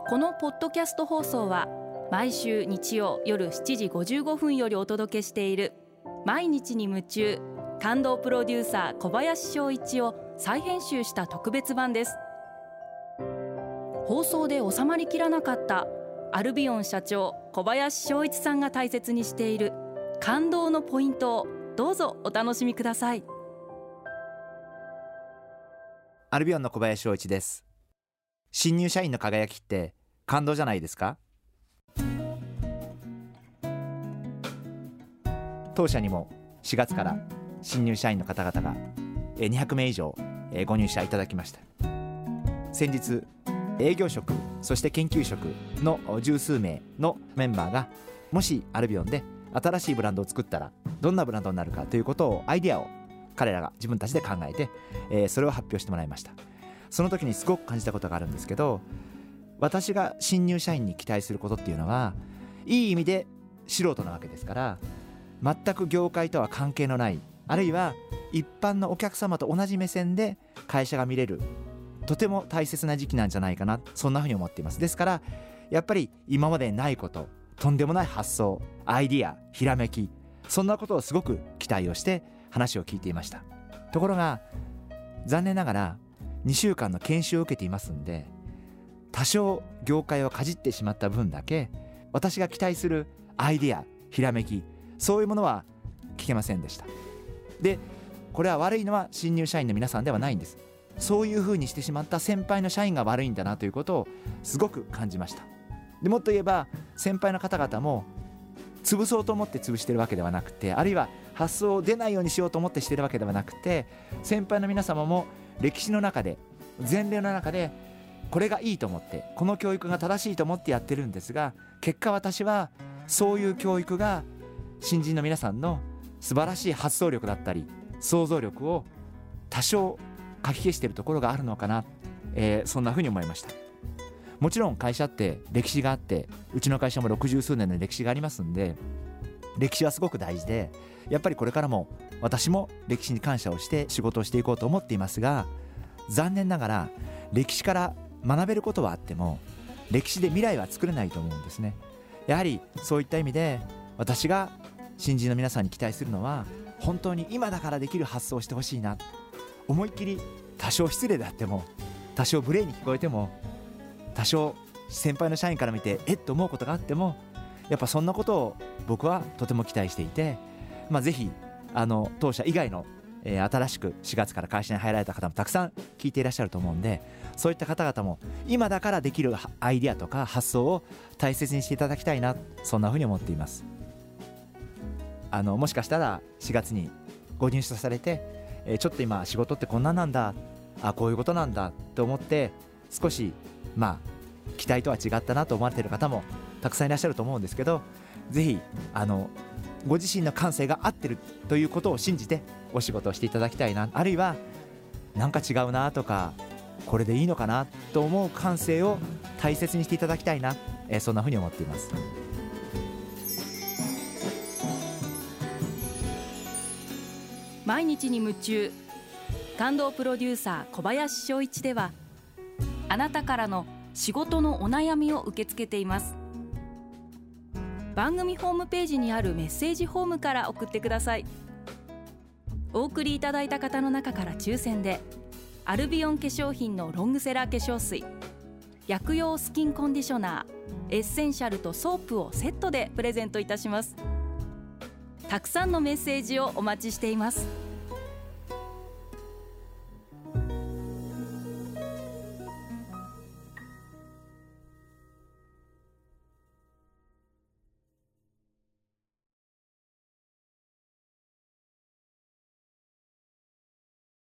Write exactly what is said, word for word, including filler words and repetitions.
このポッドキャスト放送は毎週日曜夜しちじごじゅうごふんよりお届けしている毎日に夢中感動プロデューサー小林翔一を再編集した特別版です。放送で収まりきらなかったアルビオン社長小林翔一さんが大切にしている感動のポイントをどうぞお楽しみください。 アルビオンの小林翔一です。新入社員の輝きって感動じゃないですか？当社にもしがつから新入社員の方々がにひゃくめい以上ご入社いただきました。先日営業職そして研究職の十数名のメンバーがもしアルビオンで新しいブランドを作ったらどんなブランドになるかということをアイデアを彼らが自分たちで考えて、えー、それを発表してもらいました。その時にすごく感じたことがあるんですけど、私が新入社員に期待することっていうのはいい意味で素人なわけですから、全く業界とは関係のない、あるいは一般のお客様と同じ目線で会社が見れるとても大切な時期なんじゃないかな、そんなふうに思っています。ですからやっぱり今までにないこと、とんでもない発想、アイディア、ひらめき、そんなことをすごく期待をして話を聞いていました。ところが残念ながらにしゅうかんの研修を受けていますんで、多少業界をかじってしまった分だけ私が期待するアイディア、ひらめき、そういうものは聞けませんでした。でこれは悪いのは新入社員の皆さんではないんです。そういうふうにしてしまった先輩の社員が悪いんだなということをすごく感じました。でもっと言えば先輩の方々も潰そうと思って潰してるわけではなくて、あるいは発想を出ないようにしようと思ってしてるわけではなくて、先輩の皆様も歴史の中で、前例の中でこれがいいと思って、この教育が正しいと思ってやってるんですが、結果私はそういう教育が新人の皆さんの素晴らしい発想力だったり想像力を多少かき消しているところがあるのかな、えー、そんなふうに思いました。もちろん会社って歴史があって、うちの会社も六十数年の歴史がありますんで、歴史はすごく大事で、やっぱりこれからも私も歴史に感謝をして仕事をしていこうと思っていますが、残念ながら歴史から学べることはあっても歴史で未来は作れないと思うんですね。やはりそういった意味で私が新人の皆さんに期待するのは、本当に今だからできる発想をしてほしいな。思いっきり多少失礼であっても、多少無礼に聞こえても、多少先輩の社員から見てえっと思うことがあっても、やっぱそんなことを僕はとても期待していて、まあ、ぜひあの当社以外の、えー、新しくしがつから会社に入られた方もたくさん聞いていらっしゃると思うんで、そういった方々も今だからできるアイデアとか発想を大切にしていただきたいな、そんなふうに思っています。あのもしかしたらしがつにご入社されて、えー、ちょっと今仕事ってこんなんなんだ、あこういうことなんだと思って少しまあ期待とは違ったなと思われている方もたくさんいらっしゃると思うんですけど、ぜひあのご自身の感性が合ってるということを信じてお仕事をしていただきたいな、あるいはなんか違うなとかこれでいいのかなと思う感性を大切にしていただきたいな、えー、そんなふうに思っています。 毎日に夢中感動プロデューサー小林翔一では、あなたからの仕事のお悩みを受け付けています。番組ホームページにあるメッセージフォームから送ってください。お送りいただいた方の中から抽選でアルビオン化粧品のロングセラー化粧水、薬用スキンコンディショナー、エッセンシャルとソープをセットでプレゼントいたします。たくさんのメッセージをお待ちしています。